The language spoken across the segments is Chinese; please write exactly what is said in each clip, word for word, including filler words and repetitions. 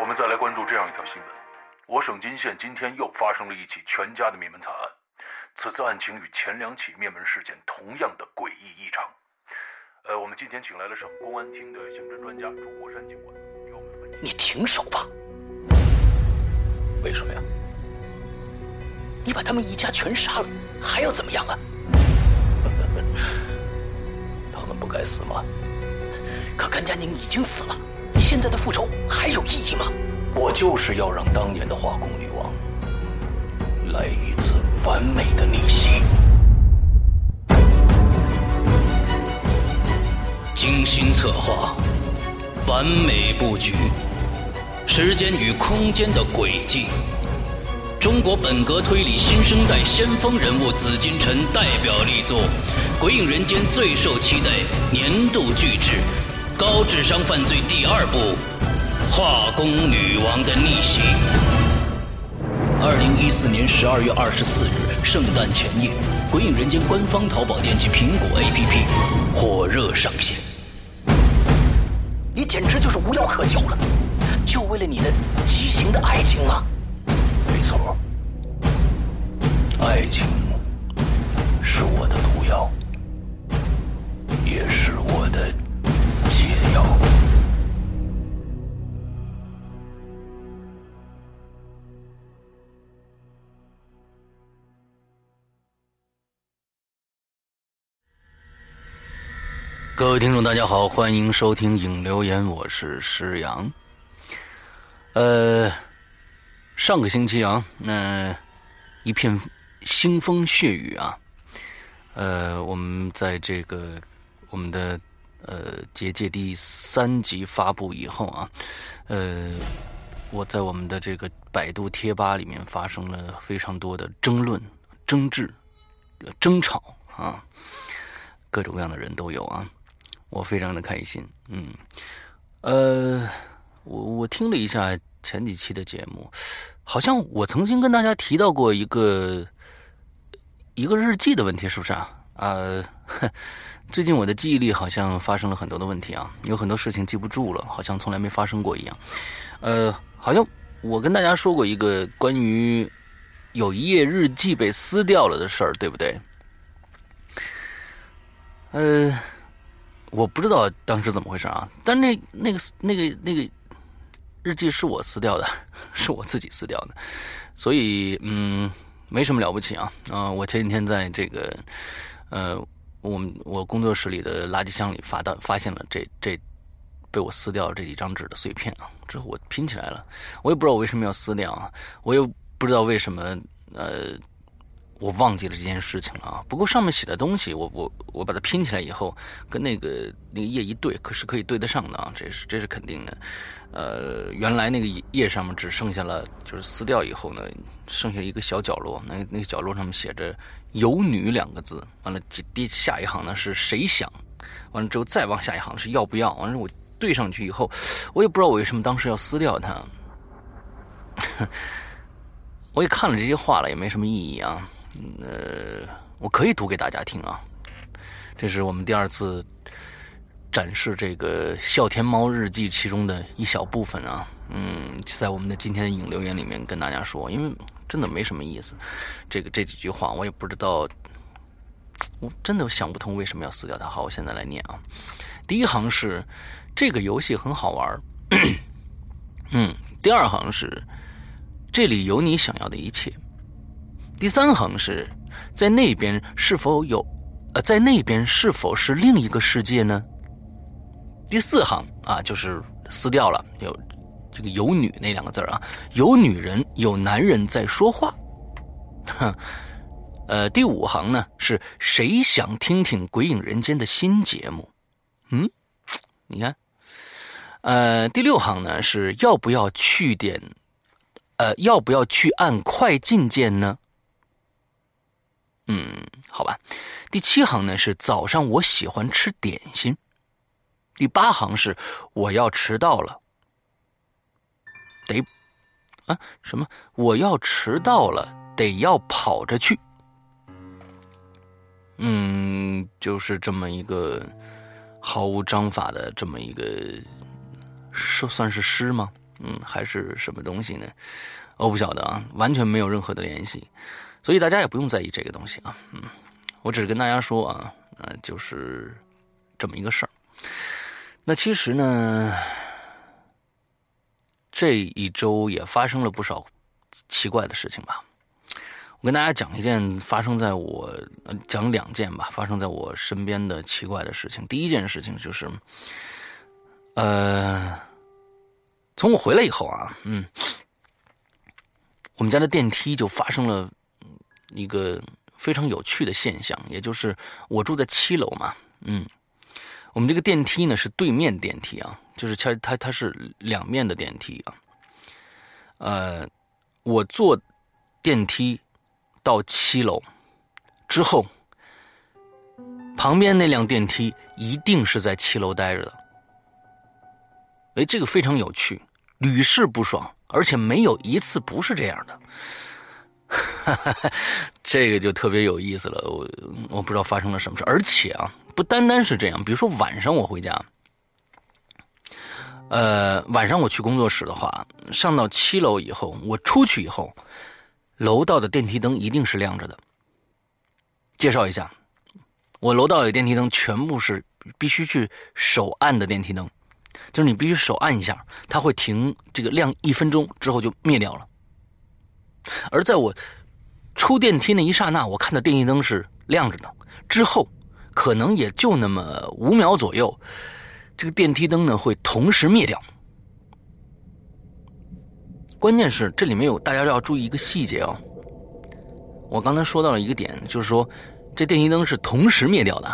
们再来关注这样一条新闻：我省金县今天又发生了一起全家的灭门惨案。此次案情与前两起灭门事件同样的诡异异常。呃，我们今天请来了省公安厅的刑侦专家朱国山警官，给我们分析。 你停手吧！ 为什么呀？ 你把他们一家全杀了，还要怎么样啊？ 他们不该死吗？ 可甘佳宁已经死了，你现在的复仇还有意义吗？ 我就是要让当年的化工女王来一次完美的逆袭。 精心策划，完美布局，时间与空间的轨迹。中国本格推理新生代先锋人物紫金陈代表力作，《鬼影人间》最受期待年度巨制，高智商犯罪第二部《化工女王的逆袭》。二零一四年十二月二十四日，圣诞前夜，《鬼影人间》官方淘宝店及苹果 A P P 火热上线。 你简直就是无药可救了，就为了你的畸形的爱情吗？ 没错，爱情是我的毒药，也是我的解药。 各位听众大家好，欢迎收听影留言，我是施阳。呃上个星期啊，那、呃、一片腥风血雨啊，呃我们在这个我们的呃结界第三集发布以后啊，呃我在我们的这个百度贴吧里面发生了非常多的争论、争执、争吵啊，各种各样的人都有啊。我非常的开心，嗯，呃，我我听了一下前几期的节目，好像我曾经跟大家提到过一个一个日记的问题，是不是啊？呃，最近我的记忆力好像发生了很多的问题啊，有很多事情记不住了，好像从来没发生过一样。呃，好像我跟大家说过一个关于有一页日记被撕掉了的事儿，对不对？呃。我不知道当时怎么回事啊，但那那个那个那个日记是我撕掉的，是我自己撕掉的，所以嗯，没什么了不起啊啊、呃！我前几天在这个呃，我们我工作室里的垃圾箱里发到发现了这这被我撕掉这几张纸的碎片啊，之后我拼起来了，我也不知道我为什么要撕掉啊，我又不知道为什么呃。我忘记了这件事情了啊！不过上面写的东西，我我我把它拼起来以后，跟那个那个页一对，可是可以对得上的啊，这是这是肯定的。呃，原来那个页上面只剩下了，就是撕掉以后呢，剩下一个小角落，那那个角落上面写着“有女”两个字。完了，第下一行呢是谁想？完了之后再往下一行是要不要？完了我对上去以后，我也不知道我为什么当时要撕掉它。我也看了这些话了，也没什么意义啊。呃，我可以读给大家听啊。这是我们第二次展示这个《笑天猫日记》其中的一小部分啊。嗯，在我们的今天的影留言里面跟大家说，因为真的没什么意思。这个这几句话我也不知道，我真的想不通为什么要撕掉它。好，我现在来念啊。第一行是这个游戏很好玩。嗯，第二行是这里有你想要的一切。第三行是在那边是否有呃在那边是否是另一个世界呢？第四行啊就是撕掉了，有这个有女那两个字啊，有女人有男人在说话。呃第五行呢是谁想听听鬼影人间的新节目？嗯，你看。呃第六行呢是要不要去点呃要不要去按快进键呢？嗯，好吧。第七行呢是早上我喜欢吃点心。第八行是我要迟到了。得啊什么？我要迟到了，得要跑着去。嗯，就是这么一个毫无章法的这么一个，是算是诗吗？ 嗯，还是什么东西呢？我不晓得啊，完全没有任何的联系，所以大家也不用在意这个东西啊。嗯，我只是跟大家说啊，呃，就是这么一个事儿。那其实呢，这一周也发生了不少奇怪的事情吧。我跟大家讲一件发生在我，呃，讲两件吧，发生在我身边的奇怪的事情。第一件事情就是，呃，从我回来以后啊，嗯。我们家的电梯就发生了一个非常有趣的现象，也就是我住在七楼嘛，嗯，我们这个电梯呢是对面电梯啊，就是它它它是两面的电梯啊，呃，我坐电梯到七楼之后，旁边那辆电梯一定是在七楼待着的，哎，这个非常有趣，屡试不爽。而且没有一次不是这样的，这个就特别有意思了。我我不知道发生了什么事，而且啊，不单单是这样。比如说晚上我回家，呃，晚上我去工作室的话，上到七楼以后，我出去以后，楼道的电梯灯一定是亮着的。介绍一下，我楼道的电梯灯全部是必须去手按的电梯灯。就是你必须手按一下，它会停这个亮一分钟之后就灭掉了。而在我出电梯那一刹那，我看到电梯灯是亮着的，之后可能也就那么五秒左右，这个电梯灯呢会同时灭掉。关键是这里面有大家要注意一个细节哦。我刚才说到了一个点，就是说这电梯灯是同时灭掉的。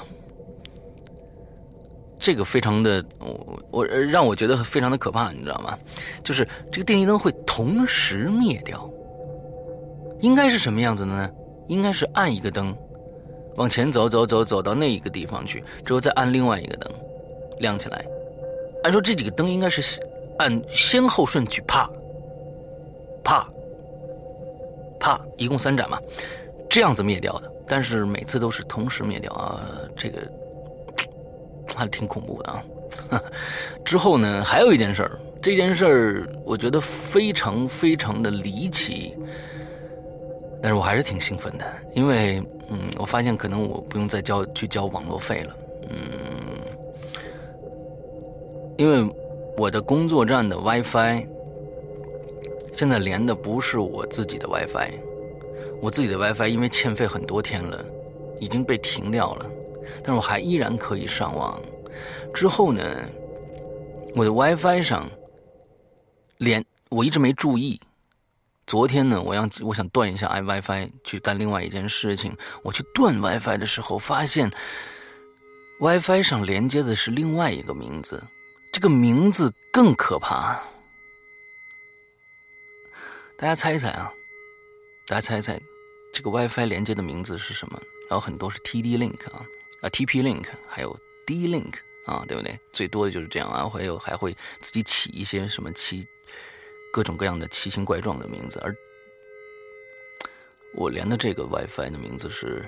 这个非常的，我我让我觉得非常的可怕，你知道吗？就是这个电梯灯会同时灭掉，应该是什么样子的呢？应该是按一个灯，往前走走走走到那一个地方去，之后再按另外一个灯，亮起来。按说这几个灯应该是按先后顺序，啪啪啪，一共三盏嘛，这样子灭掉的。但是每次都是同时灭掉啊，这个。还挺恐怖的啊！之后呢，还有一件事儿，这件事儿我觉得非常非常的离奇，但是我还是挺兴奋的，因为嗯，我发现可能我不用再交去交网络费了，嗯，因为我的工作站的 WiFi 现在连的不是我自己的 WiFi， 我自己的 WiFi 因为欠费很多天了，已经被停掉了。但是我还依然可以上网。之后呢，我的 WiFi 上连我一直没注意。昨天呢，我要我想断一下 WiFi 去干另外一件事情。我去断 WiFi 的时候，发现 WiFi 上连接的是另外一个名字，这个名字更可怕。大家猜一猜啊，大家猜一猜，这个 WiFi 连接的名字是什么？然后很多是 T D Link 啊。啊 ，T P Link 还有 D Link 啊，对不对？最多的就是这样啊，还有还会自己起一些什么奇各种各样的奇形怪状的名字。而我连的这个 WiFi 的名字是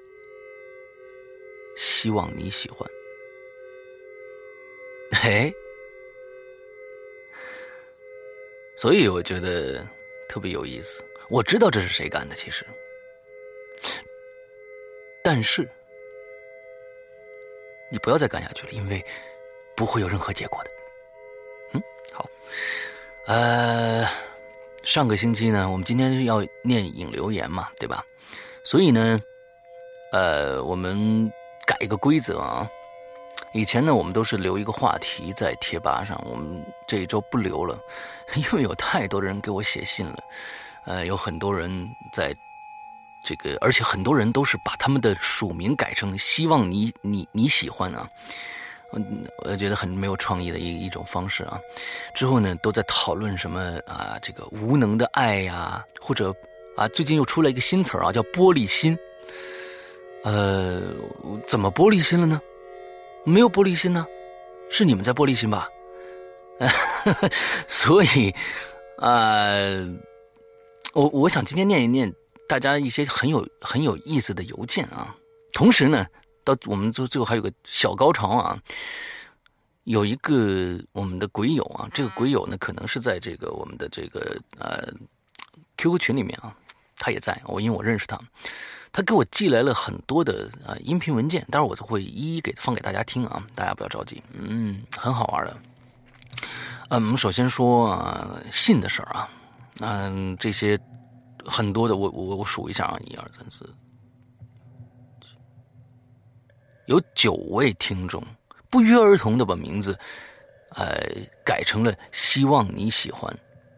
希望你喜欢。嘿，所以我觉得特别有意思。我知道这是谁干的，其实，但是。你不要再干下去了，因为不会有任何结果的。嗯，好，呃，上个星期呢，我们今天是要念引留言嘛，对吧？所以呢，呃，我们改一个规则啊。以前呢，我们都是留一个话题在贴吧上，我们这一周不留了，因为有太多的人给我写信了，呃，有很多人在。这个，而且很多人都是把他们的署名改成希望你你你喜欢啊，嗯，我觉得很没有创意的一一种方式啊。之后呢，都在讨论什么啊，这个无能的爱呀、啊，或者啊，最近又出来一个新词儿啊，叫玻璃心。呃，怎么玻璃心了呢？没有玻璃心呢，是你们在玻璃心吧？所以啊、呃，我我想今天念一念。大家一些很有很有意思的邮件啊，同时呢，到我们最最后还有个小高潮啊， 有一个我们的鬼友啊，这个鬼友呢，可能是在这个我们的这个呃 Q Q 群里面啊，他也在，我因为我认识他，他给我寄来了很多的啊、呃、音频文件，待会儿我就会一一给放给大家听啊，大家不要着急，嗯，很好玩的。嗯，我们首先说啊，信的事儿啊，嗯，这些很多的，我我我数一下啊，一二三四，有九位听众不约而同的把名字，呃，改成了希望你喜欢。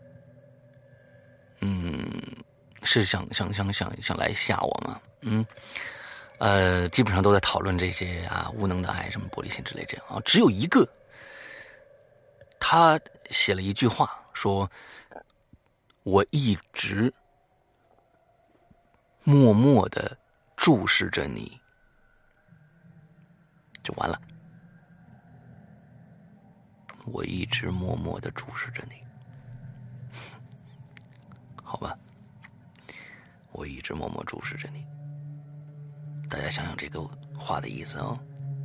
嗯，是想想想想想来吓我吗？嗯，呃，基本上都在讨论这些啊，无能的爱什么玻璃心之类这样啊，只有一个。他写了一句话，说：“我一直默默的注视着你。”就完了。我一直默默的注视着你，好吧？我一直默默注视着你。大家想想这个话的意思哦。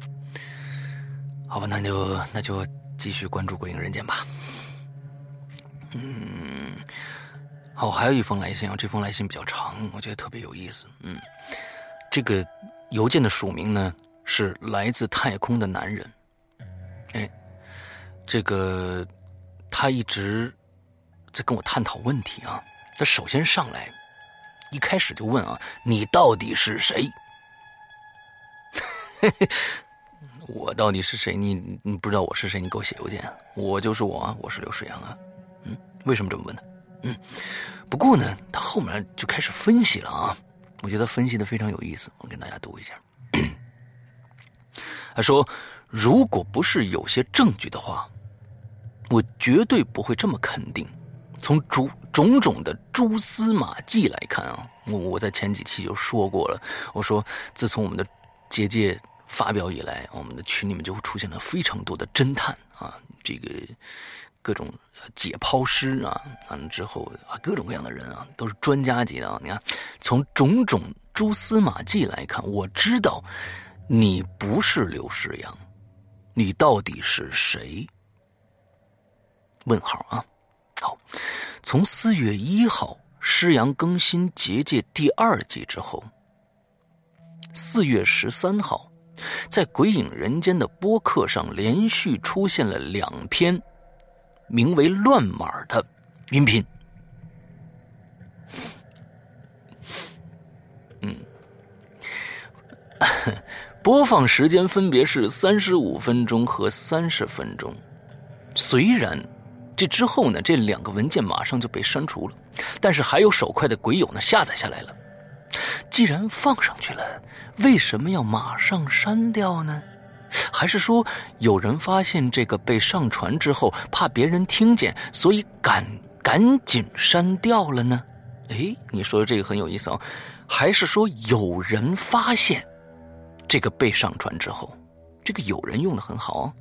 好吧，那就那就。继续关注《鬼影人间》吧。嗯，好，还有一封来信啊，这封来信比较长，我觉得特别有意思。嗯，这个邮件的署名呢是来自太空的男人。哎，这个他一直在跟我探讨问题啊。他首先上来一开始就问啊，你到底是谁？我到底是谁？你你不知道我是谁？你给我写邮件，我就是我啊，我是刘世阳啊。嗯，为什么这么问呢？嗯，不过呢，他后面就开始分析了啊，我觉得分析的非常有意思，我跟大家读一下。他说，如果不是有些证据的话，我绝对不会这么肯定。从种种种的蛛丝马迹来看啊，我我在前几期就说过了，我说自从我们的结界发表以来，我们的群里面就会出现了非常多的侦探啊，这个各种解剖师啊，完了之后啊，各种各样的人啊，都是专家级的啊。你看，从种种蛛丝马迹来看，我知道你不是刘世阳，你到底是谁？问号啊！好，从四月一号施阳更新结界第二季之后，四月十三号。在鬼影人间的播客上连续出现了两篇名为乱码的音频。嗯，播放时间分别是三十五分钟和三十分钟。虽然这之后呢，这两个文件马上就被删除了，但是还有手快的鬼友呢下载下来了。既然放上去了，为什么要马上删掉呢？还是说有人发现这个被上传之后，怕别人听见，所以赶赶紧删掉了呢？诶，你说的这个很有意思哦。还是说有人发现这个被上传之后，这个有人用的很好哦。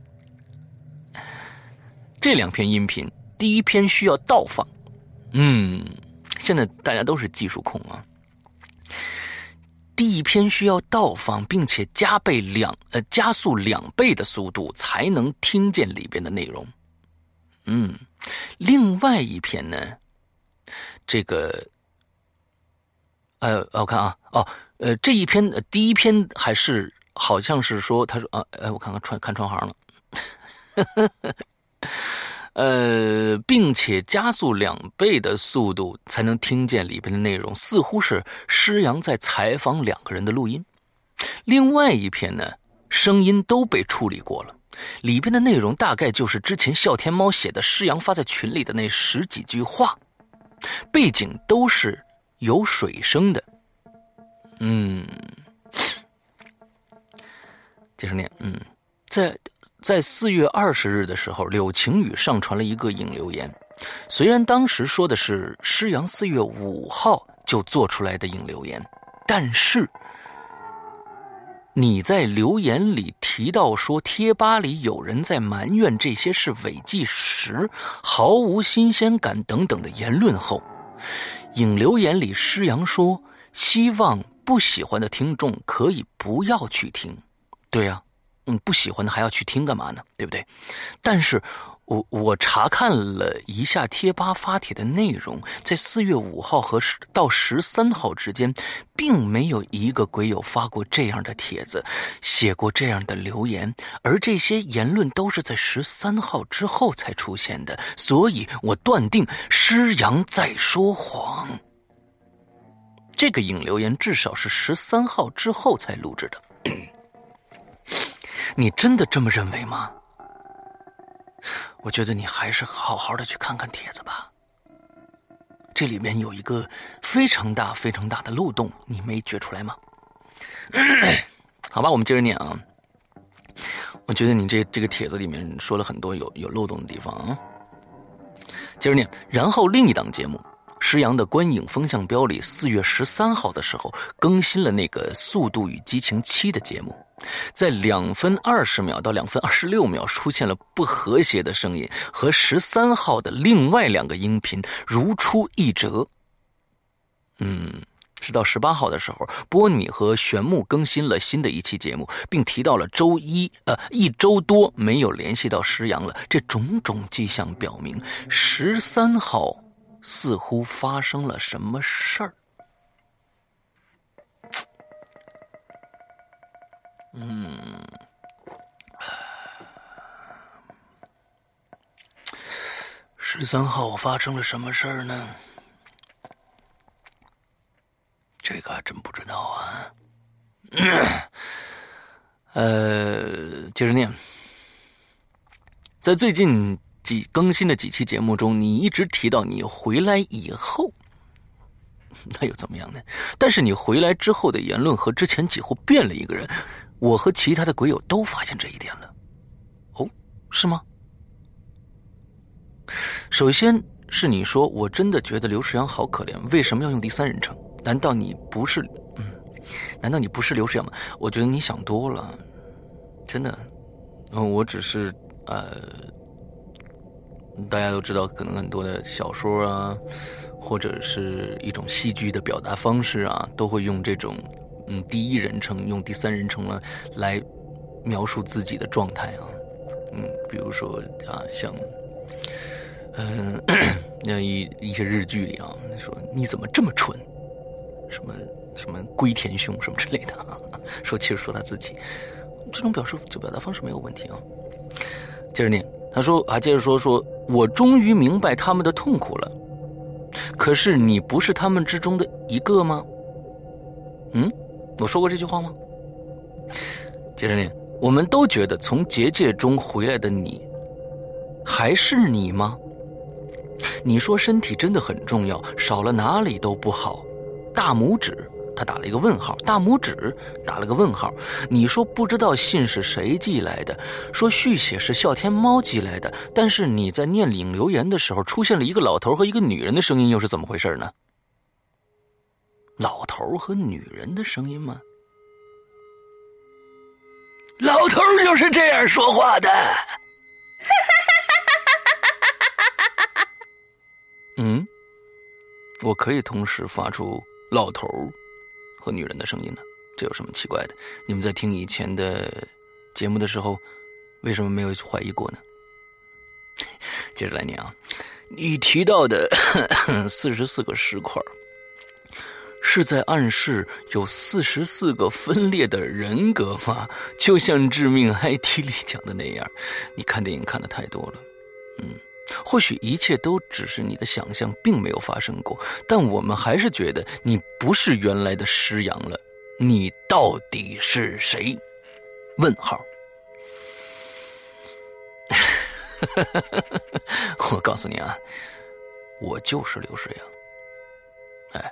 这两篇音频，第一篇需要倒放，嗯，现在大家都是技术控啊。第一篇需要倒放，并且加倍两呃加速两倍的速度才能听见里边的内容。嗯，另外一篇呢，这个呃，我看啊，哦，呃，这一篇、呃、第一篇还是好像是说，他说啊，哎，我看看穿看穿行了。呃，并且加速两倍的速度才能听见里边的内容，似乎是施阳在采访两个人的录音。另外一篇呢，声音都被处理过了，里边的内容大概就是之前笑天猫写的施阳发在群里的那十几句话，背景都是有水声的。嗯，接着念，嗯，在。在四月二十日的时候，柳晴雨上传了一个影留言。虽然当时说的是施阳四月五号就做出来的影留言，但是你在留言里提到说贴吧里有人在埋怨这些是伪纪实，毫无新鲜感等等的言论后，影留言里施阳说希望不喜欢的听众可以不要去听。对啊， 嗯，不喜欢的还要去听干嘛呢？对不对？但是我我查看了一下贴吧发帖的内容，在四月五号和到十三号之间，并没有一个鬼友发过这样的帖子，写过这样的留言，而这些言论都是在十三号之后才出现的，所以我断定施阳在说谎。这个引留言至少是十三号之后才录制的。你真的这么认为吗？我觉得你还是好好的去看看帖子吧。这里面有一个非常大非常大的漏洞，你没觉出来吗？好吧，我们接着念啊。我觉得你这这个帖子里面说了很多有有漏洞的地方啊。接着念，然后另一档节目施阳的观影风向标里，四月十三号的时候更新了那个《速度与激情七》的节目，在两分二十秒到两分二十六秒出现了不和谐的声音，和十三号的另外两个音频如出一辙。嗯，直到十八号的时候，波米和玄木更新了新的一期节目，并提到了周一呃一周多没有联系到施阳了。这种种迹象表明，十三号似乎发生了什么事儿。嗯，十三号发生了什么事儿呢？这个还真不知道啊。呃，接着念，在最近几更新的几期节目中，你一直提到你回来以后，那又怎么样呢？但是你回来之后的言论和之前几乎变了一个人，我和其他的鬼友都发现这一点了。哦，是吗？首先是你说我真的觉得刘世阳好可怜，为什么要用第三人称？难道你不是嗯？难道你不是刘世阳吗？我觉得你想多了，真的。嗯，我只是呃。大家都知道，可能很多的小说啊，或者是一种戏剧的表达方式啊，都会用这种嗯第一人称，用第三人称呢来描述自己的状态啊。嗯，比如说啊，像嗯那一一些日剧里啊，说你怎么这么蠢，什么什么龟田兄什么之类的啊，说其实说他自己，这种表示就表达方式没有问题啊。接着念。他说啊，接着说说，我终于明白他们的痛苦了。可是你不是他们之中的一个吗？嗯，我说过这句话吗？接着念，我们都觉得从结界中回来的你，还是你吗？你说身体真的很重要，少了哪里都不好。大拇指。他打了一个问号，大拇指打了个问号。你说不知道信是谁寄来的，说续写是笑天猫寄来的，但是你在念领留言的时候出现了一个老头和一个女人的声音，又是怎么回事呢？老头和女人的声音吗？老头就是这样说话的。嗯，我可以同时发出老头和女人的声音呢，这有什么奇怪的？你们在听以前的节目的时候，为什么没有怀疑过呢？接着来念啊，你提到的四十四个石块，是在暗示有四十四个分裂的人格吗？就像致命 I T 里讲的那样，你看电影看的太多了。嗯。或许一切都只是你的想象，并没有发生过，但我们还是觉得你不是原来的施阳了。你到底是谁？问号。我告诉你啊，我就是刘世阳。哎，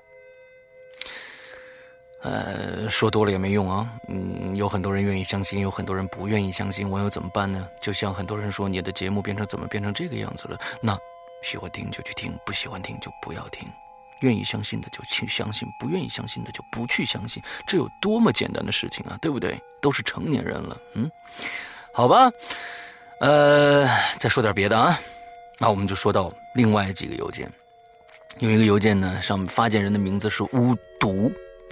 呃，说多了也没用啊。嗯，有很多人愿意相信，有很多人不愿意相信，我又怎么办呢？就像很多人说，你的节目变成怎么变成这个样子了？那喜欢听就去听，不喜欢听就不要听。愿意相信的就去相信，不愿意相信的就不去相信。这有多么简单的事情啊，对不对？都是成年人了，嗯，好吧。呃，再说点别的啊。那我们就说到另外几个邮件。有一个邮件呢，上面发件人的名字是巫毒。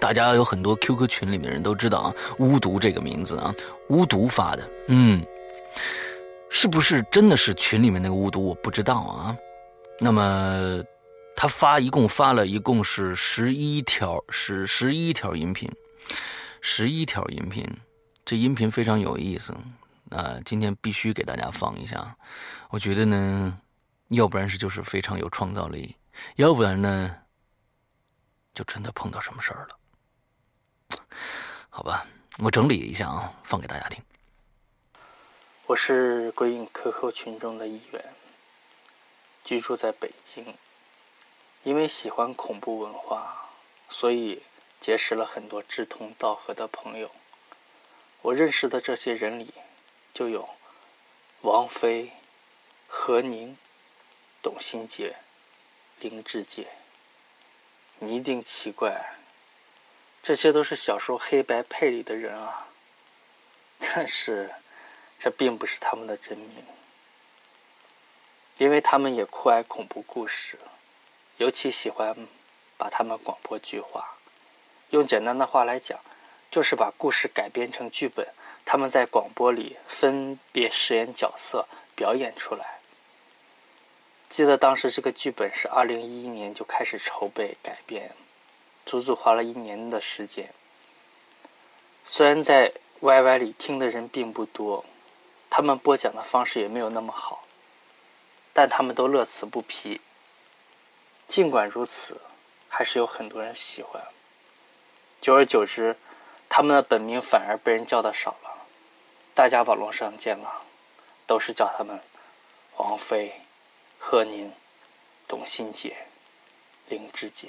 大家有很多 Q Q 群里面人都知道啊，巫毒这个名字啊，巫毒发的，嗯，是不是真的是群里面那个巫毒我不知道啊。那么他发一共发了一共是十一条，是十一条音频，十一条音频，这音频非常有意思。呃，今天必须给大家放一下。我觉得呢，要不然是就是非常有创造力，要不然呢，就真的碰到什么事儿了。好吧，我整理一下啊，放给大家听。 我是鬼影 Q Q 群中的一员，居住在北京。因为喜欢恐怖文化，所以结识了很多志同道合的朋友。我认识的这些人里，就有王菲、何宁、董欣杰、林志杰。你一定奇怪，这些都是小说黑白配里的人啊，但是这并不是他们的真名，因为他们也酷爱恐怖故事，尤其喜欢把他们广播剧化。用简单的话来讲，就是把故事改编成剧本，他们在广播里分别饰演角色，表演出来。记得当时这个剧本是二零一一年就开始筹备改编，足足花了一年的时间。虽然在 Y Y 里听的人并不多，他们播讲的方式也没有那么好，但他们都乐此不疲。尽管如此，还是有很多人喜欢。久而久之，他们的本名反而被人叫的少了，大家网络上见了，都是叫他们王菲、贺宁、董欣杰、林志杰。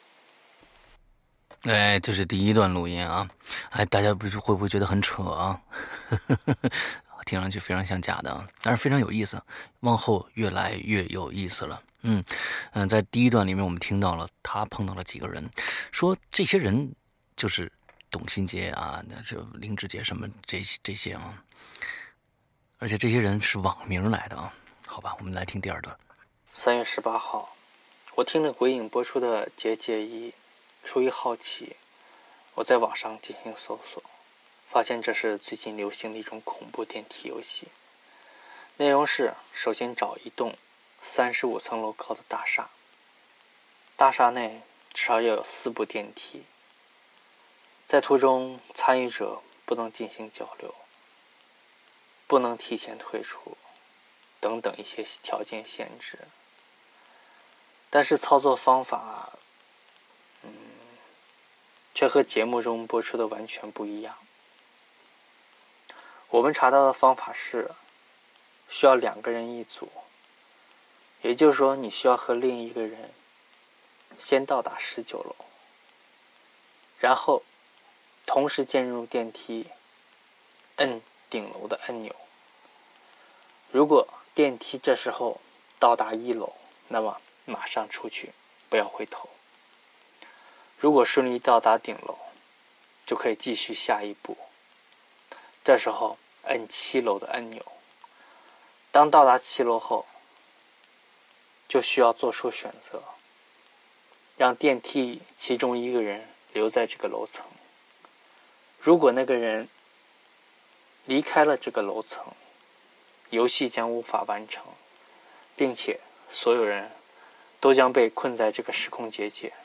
哎，这是第一段录音啊！哎，大家不是会不会觉得很扯啊？听上去非常像假的，但是非常有意思，往后越来越有意思了。嗯嗯、呃，在第一段里面，我们听到了他碰到了几个人，说这些人就是董欣杰啊，那这林志杰什么这这些啊，而且这些人是网名来的啊。好吧，我们来听第二段。 三月十八号，我听了鬼影播出的《结界一》，出于好奇，我在网上进行搜索，发现这是最近流行的一种恐怖电梯游戏。内容是：首先找一栋三十五层楼高的大厦，大厦内至少要有四部电梯，在途中参与者不能进行交流，不能提前退出，等等一些条件限制。但是操作方法，嗯，却和节目中播出的完全不一样。我们查到的方法是，需要两个人一组，也就是说，你需要和另一个人先到达十九楼，然后同时进入电梯，摁顶楼的按钮。如果电梯这时候到达一楼，那么马上出去，不要回头。如果顺利到达顶楼，就可以继续下一步。这时候摁七楼的按钮。当到达七楼后，就需要做出选择，让电梯其中一个人留在这个楼层。如果那个人离开了这个楼层，游戏将无法完成，并且所有人都将被困在这个时空结界。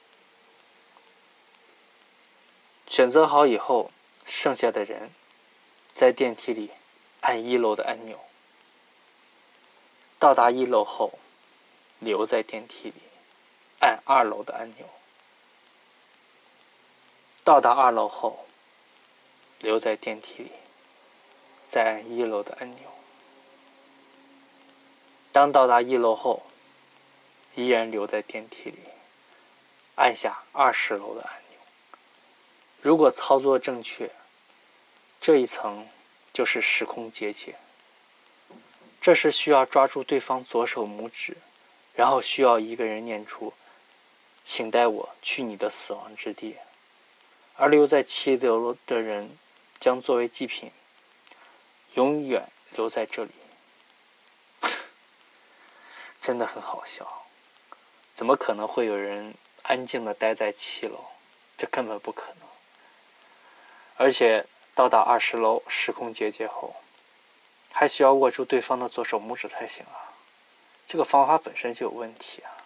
选择好以后，剩下的人在电梯里按一楼的按钮，到达一楼后留在电梯里按二楼的按钮，到达二楼后留在电梯里再按一楼的按钮，当到达一楼后依然留在电梯里按下二十楼的按钮。如果操作正确，这一层就是时空结界。这时需要抓住对方左手拇指，然后需要一个人念出请带我去你的死亡之地，而留在七楼的人将作为祭品永远留在这里。真的很好笑，怎么可能会有人安静地待在七楼？ 这根本不可能。而且到达二十楼时空结界后，还需要握住对方的左手拇指才行啊！这个方法本身就有问题啊！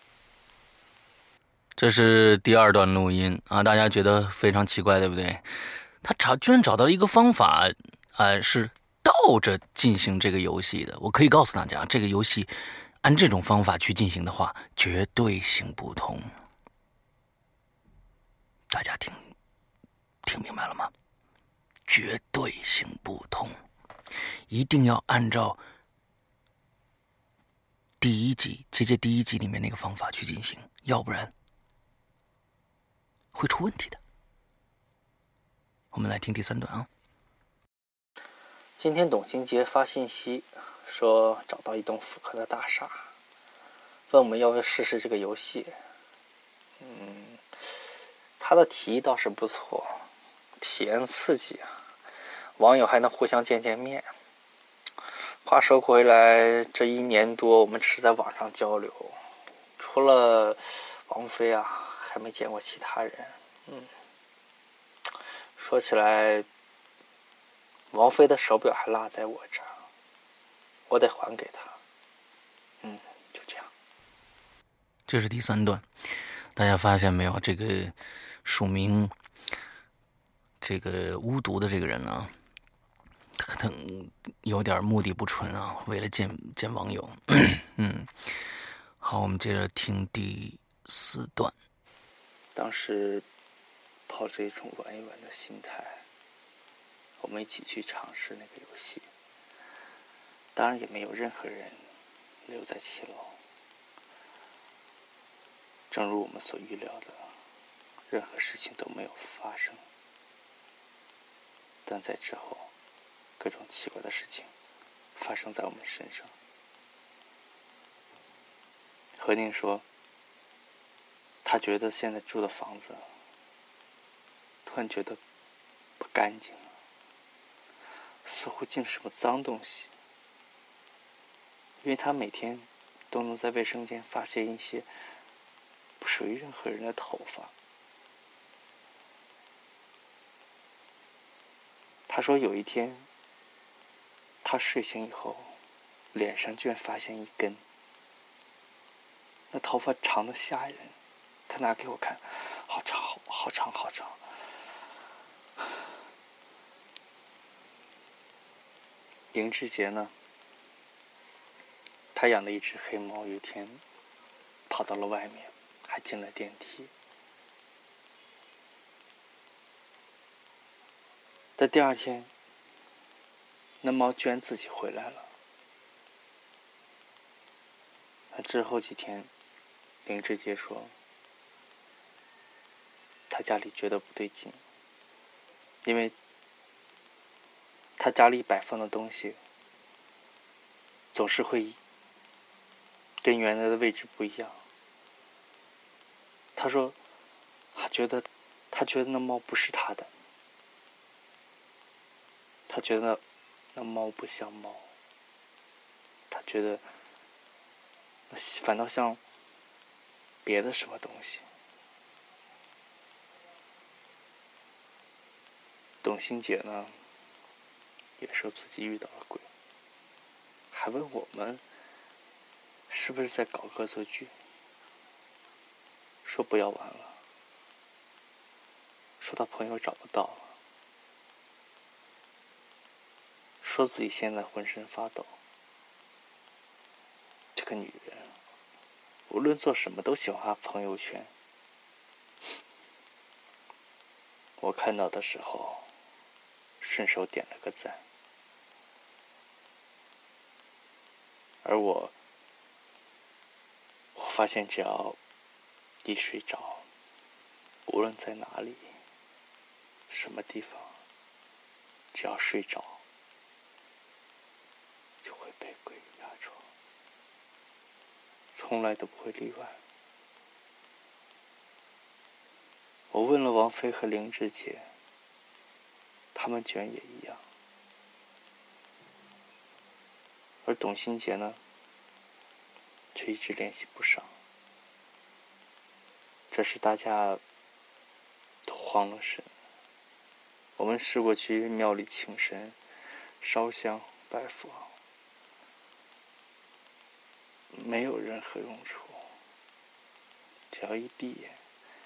这是第二段录音啊，大家觉得非常奇怪，对不对？他找居然找到了一个方法，呃，是倒着进行这个游戏的。我可以告诉大家，这个游戏按这种方法去进行的话，绝对行不通。大家听听明白了吗？绝对行不通，一定要按照第一集结界第一集里面那个方法去进行，要不然会出问题的。我们来听第三段啊。 今天董新杰发信息说找到一栋复刻的大厦，问我们要不要试试这个游戏。嗯，他的提议倒是不错，体验刺激啊，网友还能互相见见面。话说回来，这一年多我们只是在网上交流，除了王菲啊，还没见过其他人。嗯，说起来，王菲的手表还落在我这儿，我得还给她。嗯，就这样。 这是第三段，大家发现没有？这个署名这个巫毒的这个人呢，他可能有点目的不纯啊，为了见见网友。嗯，好，我们接着听第四段。 当时抱着一种玩一玩的心态，我们一起去尝试那个游戏。当然也没有任何人留在七楼。正如我们所预料的，任何事情都没有发生。但在之后，各种奇怪的事情发生在我们身上。何宁说，他觉得现在住的房子突然觉得不干净了，似乎进了什么脏东西。因为他每天都能在卫生间发现一些不属于任何人的头发。他说有一天他睡醒以后，脸上居然发现一根，那头发长得吓人，他拿给我看，好长好好长好长。林志杰呢，他养的一只黑猫，有一天跑到了外面，还进了电梯。但第二天，那猫居然自己回来了。那之后几天，林志杰说，他家里觉得不对劲，因为他家里摆放的东西总是会跟原来的位置不一样。他说他觉得他觉得那猫不是他的，他觉得那猫不像猫，他觉得那反倒像别的什么东西。董欣姐呢，也说自己遇到了鬼，还问我们是不是在搞恶作剧，说不要玩了，说他朋友找不到了，说自己现在浑身发抖。这个女人无论做什么都喜欢发朋友圈。我看到的时候顺手点了个赞，而我我发现只要一睡着，无论在哪里什么地方，只要睡着就会被鬼压床，从来都不会例外。我问了王菲和林志杰，他们居然也一样。而董欣杰呢，却一直联系不上。这是大家慌了神。我们试过去庙里请神、烧香、拜佛，没有任何用处。只要一闭眼，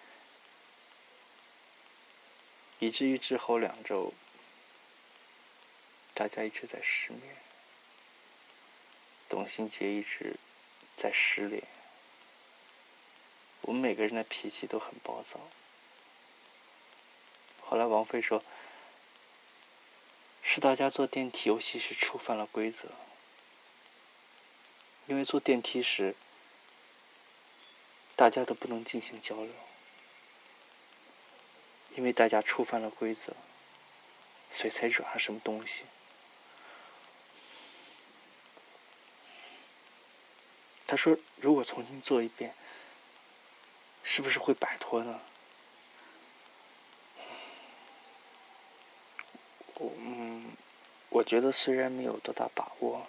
以至于之后两周，大家一直在失眠，董欣杰一直在失联。我们每个人的脾气都很暴躁。后来王菲说，是大家坐电梯游戏时触犯了规则，因为坐电梯时大家都不能进行交流，因为大家触犯了规则，所以才惹上什么东西。他说如果重新做一遍，是不是会摆脱呢？我嗯，我觉得虽然没有多大把握，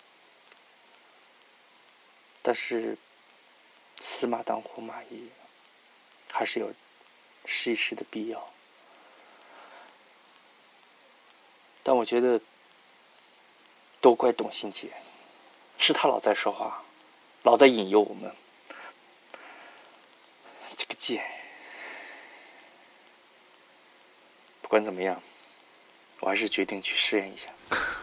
但是死马当活马医，还是有试一试的必要。但我觉得都怪董欣杰，是他老在说话，老在引诱我们。这个贱！不管怎么样，我还是决定去试验一下。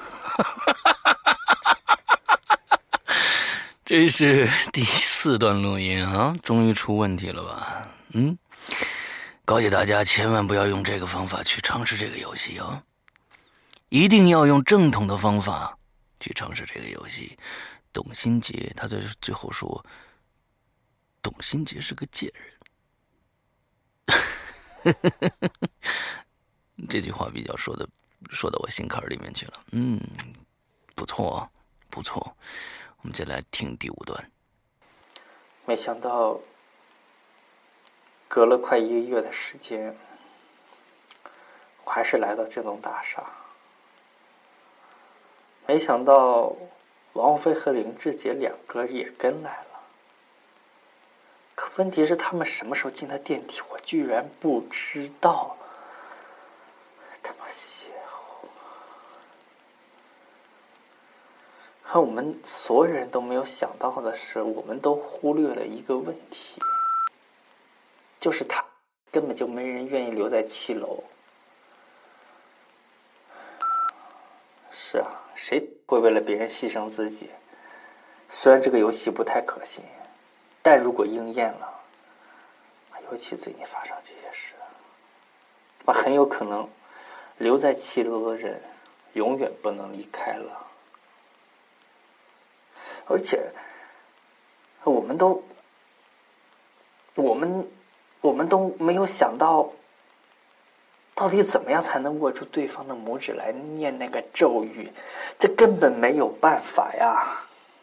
这是第四段录音啊，终于出问题了吧？嗯，告诫大家千万不要用这个方法去尝试这个游戏啊，一定要用正统的方法去尝试这个游戏。董欣杰他在最后说，董欣杰是个贱人。这句话比较说的说到我心坎里面去了。嗯，不错不错。我们再来听第五段。 没想到隔了快一个月的时间，我还是来到这栋大厦。没想到王菲和林志杰两个也跟来了。可问题是他们什么时候进的电梯，我居然不知道。他妈邪乎！和我们所有人都没有想到的是，我们都忽略了一个问题，就是他根本就没人愿意留在七楼。是啊，谁会为了别人牺牲自己？虽然这个游戏不太可信，但如果应验了，尤其最近发生这些事，那很有可能留在七楼的人永远不能离开了。而且我们都我们我们都没有想到，到底怎么样才能握住对方的拇指来念那个咒语，这根本没有办法呀。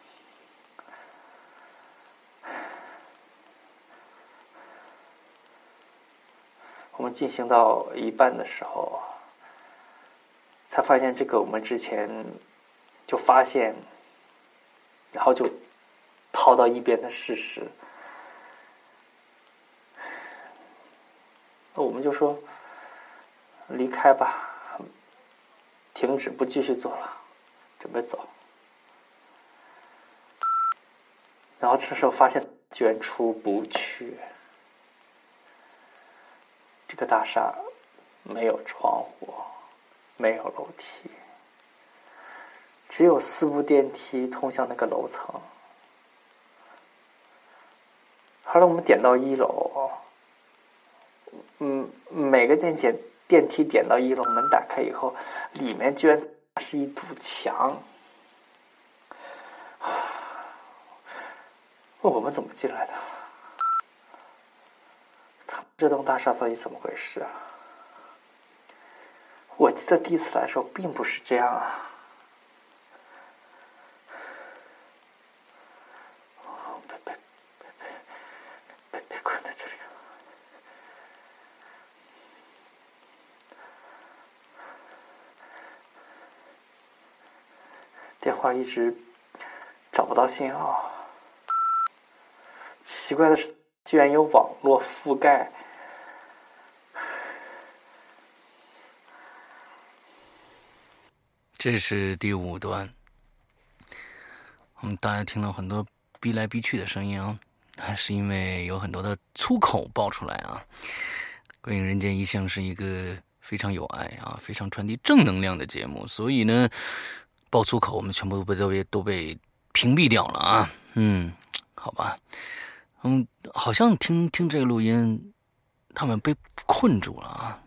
我们进行到一半的时候，才发现这个我们之前就发现，然后就抛到一边的事实。那我们就说离开吧，停止，不继续做了，准备走。然后这时候发现居然出不去。这个大厦没有窗户，没有楼梯，只有四部电梯通向那个楼层。后来我们点到一楼，嗯，每个电梯电梯点到一楼，门打开以后，里面居然是一堵墙。问我们怎么进来的？这栋大厦到底怎么回事啊？我记得第一次来的时候并不是这样啊。别别别别别困在这里。电话一直找不到信号。奇怪的是，居然有网络覆盖。 这是第五段。我们大家听到很多逼来逼去的声音啊，是因为有很多的粗口爆出来啊。鬼影人间一向是一个非常有爱啊、非常传递正能量的节目，所以呢，爆粗口我们全部都被都被都被屏蔽掉了啊。嗯，好吧，嗯，好像听听这个录音，他们被困住了啊。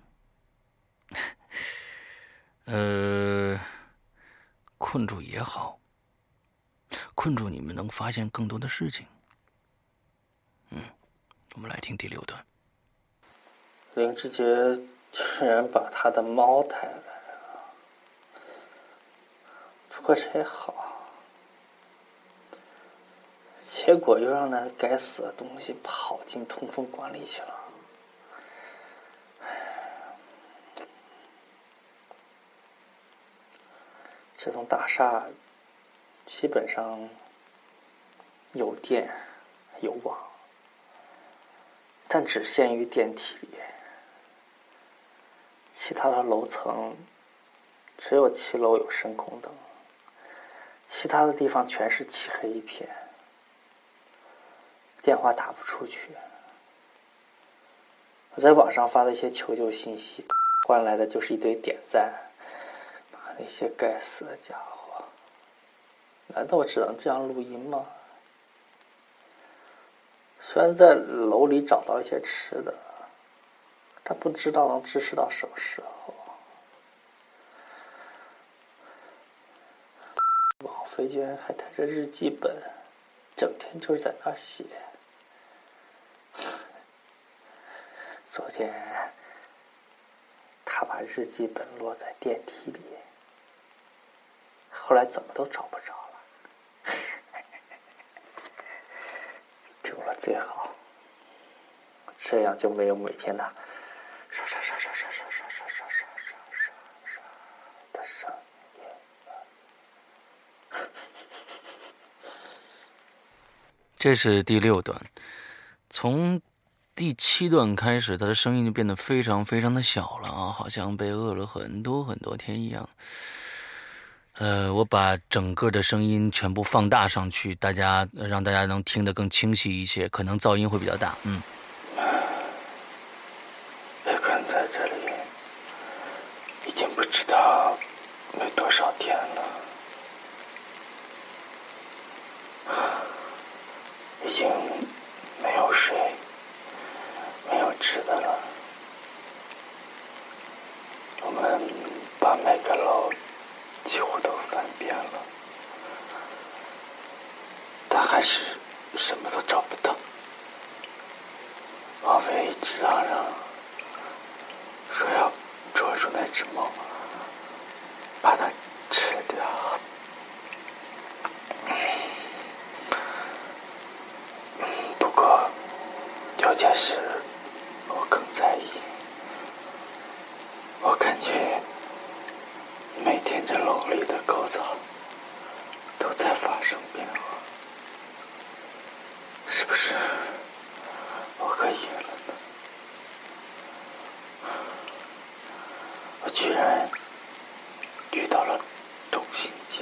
呃，困住也好，困住你们能发现更多的事情。嗯，我们来听第六段。 林志杰居然把他的猫带来了，不过这也好，结果又让那该死的东西跑进通风管里去了。这栋大厦基本上有电有网，但只限于电梯里，其他的楼层只有七楼有声控灯，其他的地方全是漆黑一片，电话打不出去。我在网上发了一些求救信息，换来的就是一堆点赞。那些该死的家伙，难道我只能这样录音吗？虽然在楼里找到一些吃的，但不知道能支持到什么时候。王菲居然还带着日记本，整天就是在那儿写。昨天他把日记本落在电梯里，后来怎么都找不着了。丢了最好，这样就没有每天的刷刷刷刷刷刷刷刷刷刷刷刷的声音了。 这是第六段，从第七段开始，他的声音就变得非常非常的小了啊，好像被饿了很多很多天一样。呃，我把整个的声音全部放大上去，大家让大家能听得更清晰一些，可能噪音会比较大。嗯， 被困在这里已经不知道没多少天了，已经没有水，没有吃的了。我们把每个楼几乎都翻遍了，但还是什么都找不到。王菲一直嚷嚷说要捉住那只猫，把它吃掉。不过有件事我更在意，我感觉每天这楼里的构造都在发生变化，是不是我可以了呢？我居然遇到了董新杰，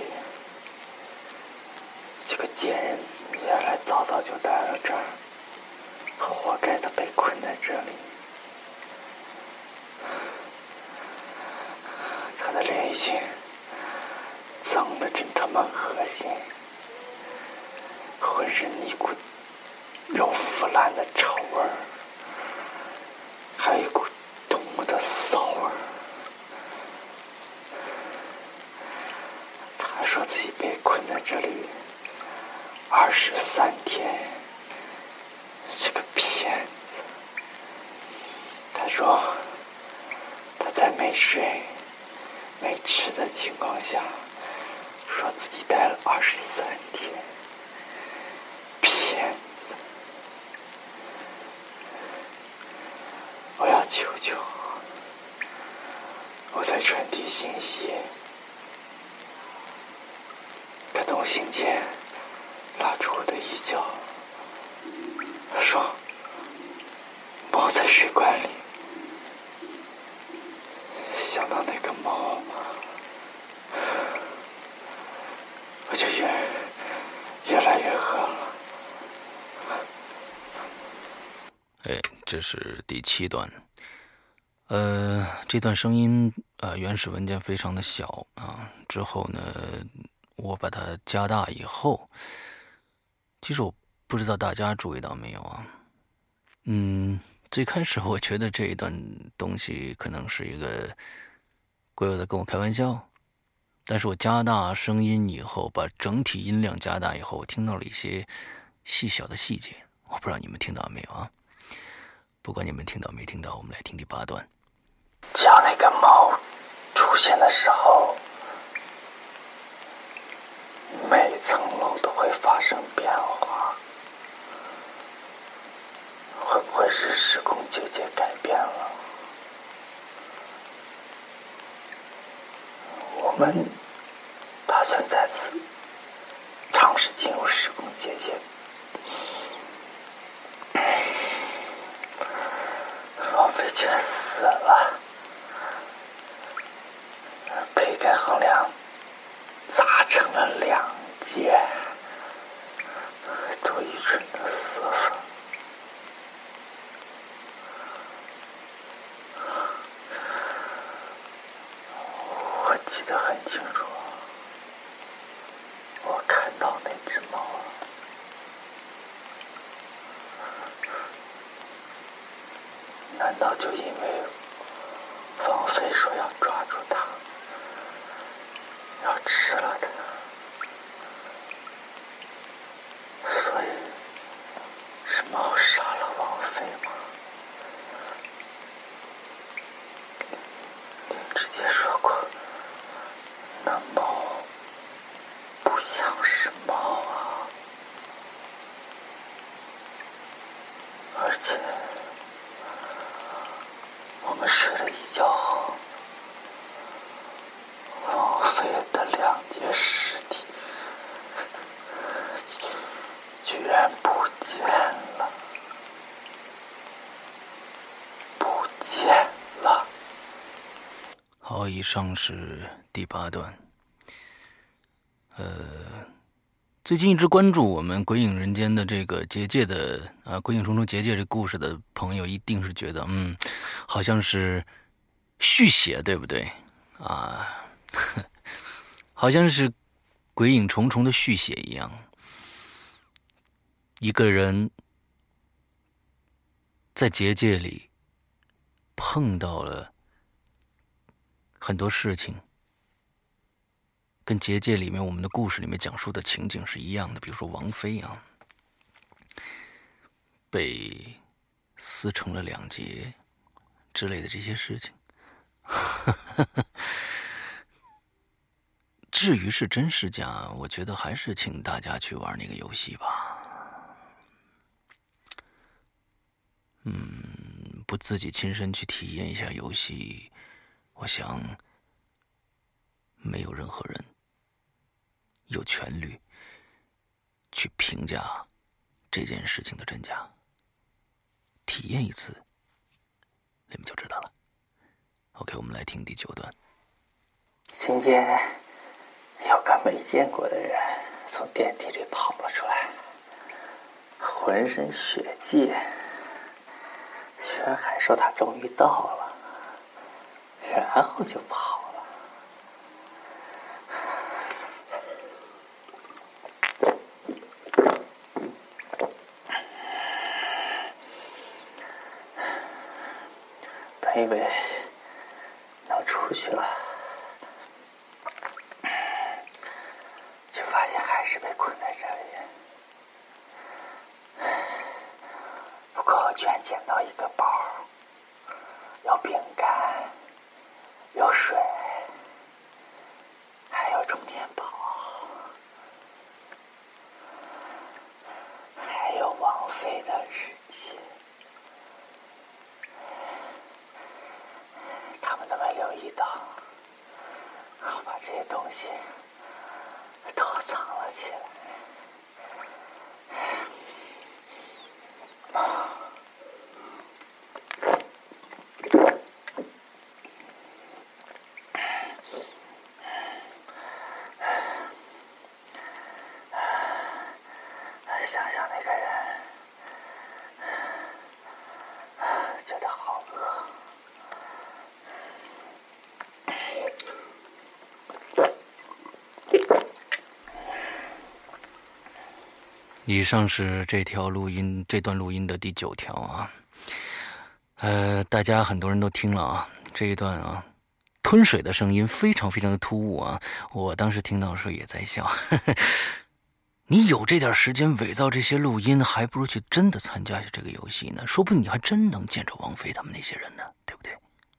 这个贱人原来早早就来了这儿，活该他被困在这里。他的脸已经脏得真他妈恶心，浑身一股肉腐烂的臭味儿，还有一股动物的骚味儿。他说自己被困在这里二十三天，是个骗子。他说他在没睡没吃的情况下，说自己待了二十三天，骗子！我要求救，我在传递信息。可董新杰拉住我的衣角，他说：“猫在水管里。”想到那个猫， 我就越越来越饿了。 哎，这是第七段。呃，这段声音呃原始文件非常的小啊，之后呢，我把它加大以后，其实我不知道大家注意到没有啊？嗯，最开始我觉得这一段东西可能是一个鬼友在跟我开玩笑，但是我加大声音以后，把整体音量加大以后，我听到了一些细小的细节，我不知道你们听到没有啊？不管你们听到没听到，我们来听第八段。 只要那个猫出现的时候，每层楼都会发生变化。会不会是时空结界改变了？我们打算再次尝试进入时空结界。王菲却死了，被盖横梁砸成了两截，多愚蠢的死法！我记得很清楚，我看到那只猫了。难道就因为王菲说要抓住它，要吃了它，所以是猫杀了王菲吗？林志杰说过，那猫不像是猫啊，而且我们睡了一觉后，王菲的两截尸体居然不见了，不见了。 好，以上是第八段。呃，最近一直关注我们《鬼影人间》的这个结界的啊，《鬼影重重结界》这故事的朋友，一定是觉得，嗯，好像是续写，对不对啊？好像是《鬼影重重》的续写一样。一个人在结界里碰到了很多事情，跟结界里面我们的故事里面讲述的情景是一样的。比如说王菲啊，被撕成了两截之类的这些事情。至于是真是假，我觉得还是请大家去玩那个游戏吧。嗯，不自己亲身去体验一下游戏，我想没有任何人有权利去评价这件事情的真假。体验一次，你们就知道了。OK， 我们来听第九段。 今天有个没见过的人从电梯里跑了出来，浑身血迹，居然还说他终于到了，然后就跑了。本以为能出去了，却发现还是被困在这里。不过我居然捡到一个包，有饼干，有水，还有充电宝，还有王菲的日记。他们都没留意到，我把这些东西都藏了起来。 想想那个人，觉得好饿。 以上是这条录音这段录音的第九条啊，呃，大家很多人都听了啊，这一段啊，吞水的声音非常非常的突兀啊，我当时听到的时候也在笑。呵呵，你有这点时间伪造这些录音，还不如去真的参加一下这个游戏呢，说不定你还真能见着王菲他们那些人呢，对不对？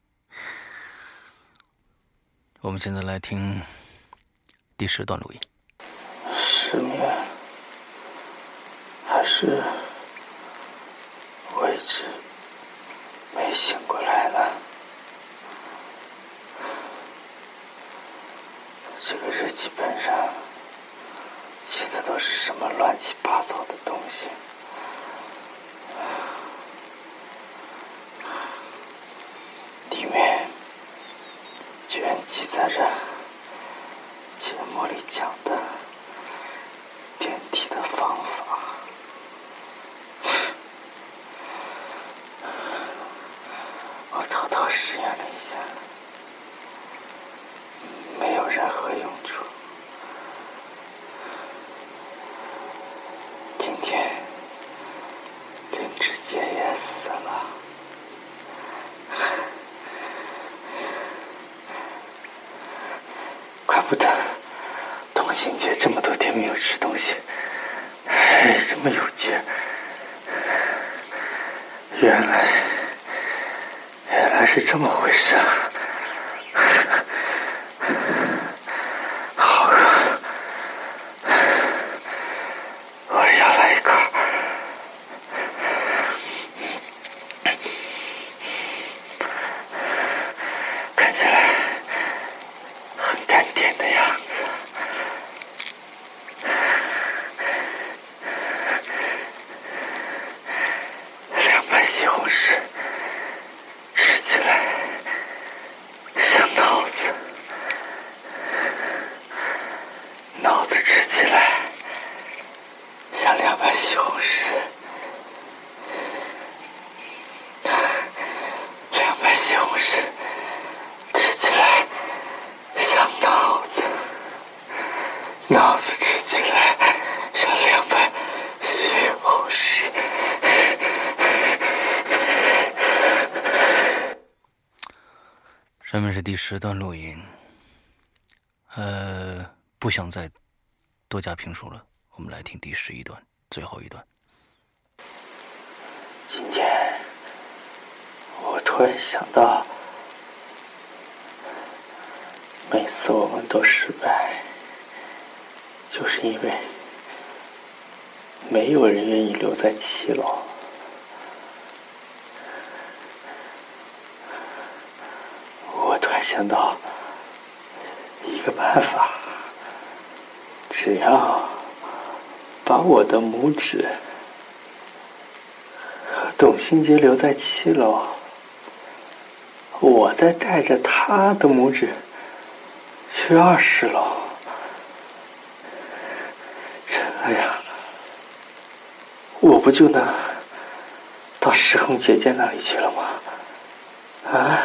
我们现在来听第十段录音。 失眠。还是我一直没醒过来呢？这个日记本上记的都是什么乱七八糟的东西？里面居然记载着节目里讲的电梯的方法。我偷偷实验了一下，没有任何用处。今天林志杰也死了，怪不得董新杰这么多天没有吃东西，还这么有劲。原来原来是这么回事啊！好饿，我也要来一块。看起来很淡定的样子。凉拌西红柿。吃起来像脑子，脑子吃起来像凉拌西红柿，凉拌西红柿吃起来像脑子，脑子吃起来像凉拌西红柿。 上面是第十段录音，呃，不想再多加评述了，我们来听第十一段，最后一段。 今天我突然想到，每次我们都失败，就是因为没有人愿意留在七楼。我突然想到一个办法，只要把我的拇指和董新杰留在七楼，我再带着他的拇指去二十楼，这样我不就能到时空姐姐那里去了吗？啊？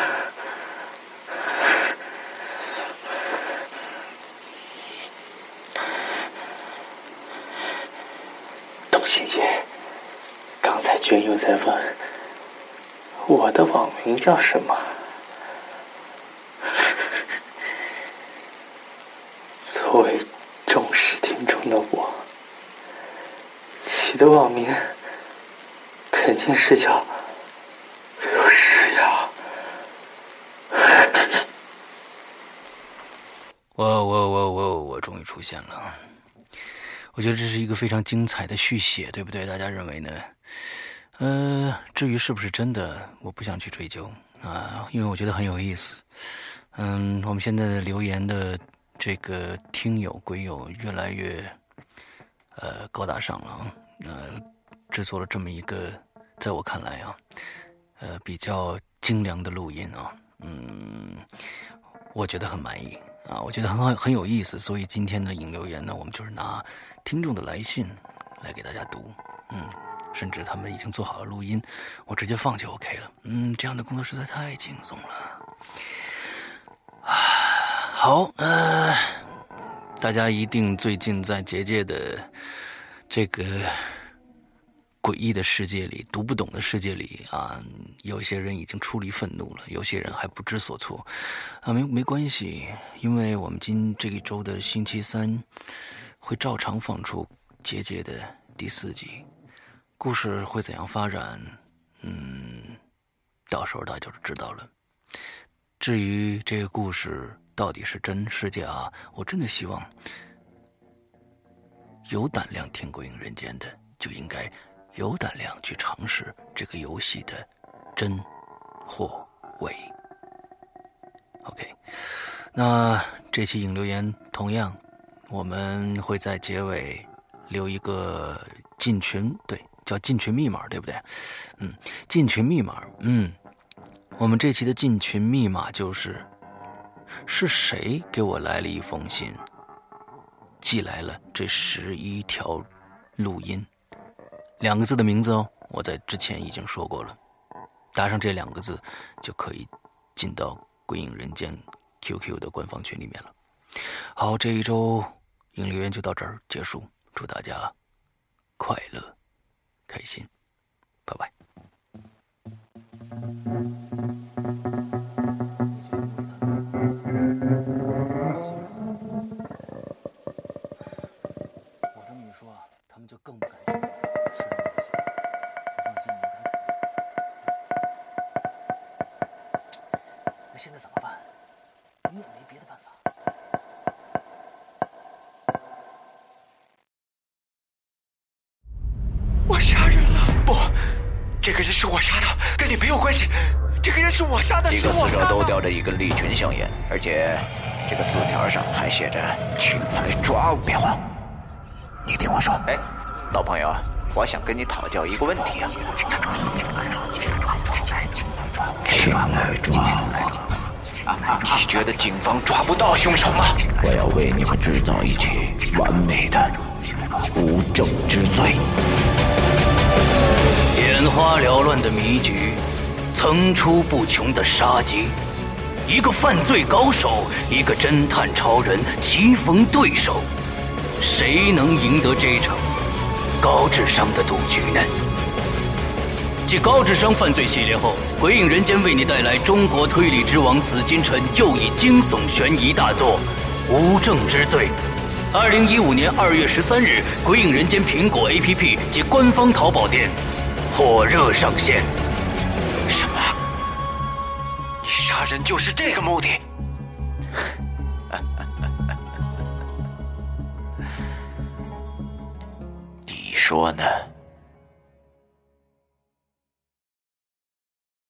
董新杰刚才居然又在问我的网名叫什么。作为忠实听众的我，起的网名肯定是叫刘诗雅。 我我我我我终于出现了，我觉得这是一个非常精彩的续写，对不对？大家认为呢？呃，至于是不是真的，我不想去追究啊，因为我觉得很有意思。嗯，我们现在的留言的这个听友鬼友越来越呃高大上了啊，呃，制作了这么一个在我看来啊，呃比较精良的录音啊，嗯，我觉得很满意啊，我觉得很好很有意思，所以今天的引留言呢，我们就是拿听众的来信来给大家读，嗯，甚至他们已经做好了录音，我直接放就 OK 了，嗯，这样的工作实在太轻松了。好，呃，大家一定最近在结界的这个诡异的世界里，读不懂的世界里啊，有些人已经出离愤怒了，有些人还不知所措啊，没没关系，因为我们今这一周的星期三会照常放出结界的第四集，故事会怎样发展，嗯，到时候大家就知道了。至于这个故事到底是真是假，我真的希望有胆量听鬼影人间的就应该有胆量去尝试这个游戏的真或伪。 OK， 那这期影留言同样我们会在结尾留一个进群，对，叫进群密码，对不对？嗯，进群密码，嗯，我们这期的进群密码就是是谁给我来了一封信，寄来了这十一条录音，两个字的名字哦，我在之前已经说过了，打上这两个字就可以进到鬼影人间 Q Q 的官方群里面了。好，这一周影留言就到这儿结束，祝大家快乐开心，拜拜。我这么一说啊，他们就更不敢去试那个东西。不放心，那现在怎么办？你也没别的办法。 我杀人了！不，这个人是我杀的，跟你没有关系。这个人是我杀的， 一个死者是我杀的。 都叼着一根利群香烟，而且这个字条上还写着“请来抓我”。别慌，你听我说。哎，老朋友，我想跟你讨教一个问题啊。请来抓我。你觉得警方抓不到凶手吗？我要为你们制造一起完美的无证之罪。 眼花缭乱的迷局，层出不穷的杀机，一个犯罪高手，一个侦探超人棋逢对手，谁能赢得这场高智商的赌局呢？继高智商犯罪系列后，鬼影人间为你带来中国推理之王紫金陈又一惊悚悬疑大作《无证之罪》。二零一五年二月十三日，鬼影人间苹果 A P P 及官方淘宝店火热上线。 什么？你杀人就是这个目的？ 你说呢？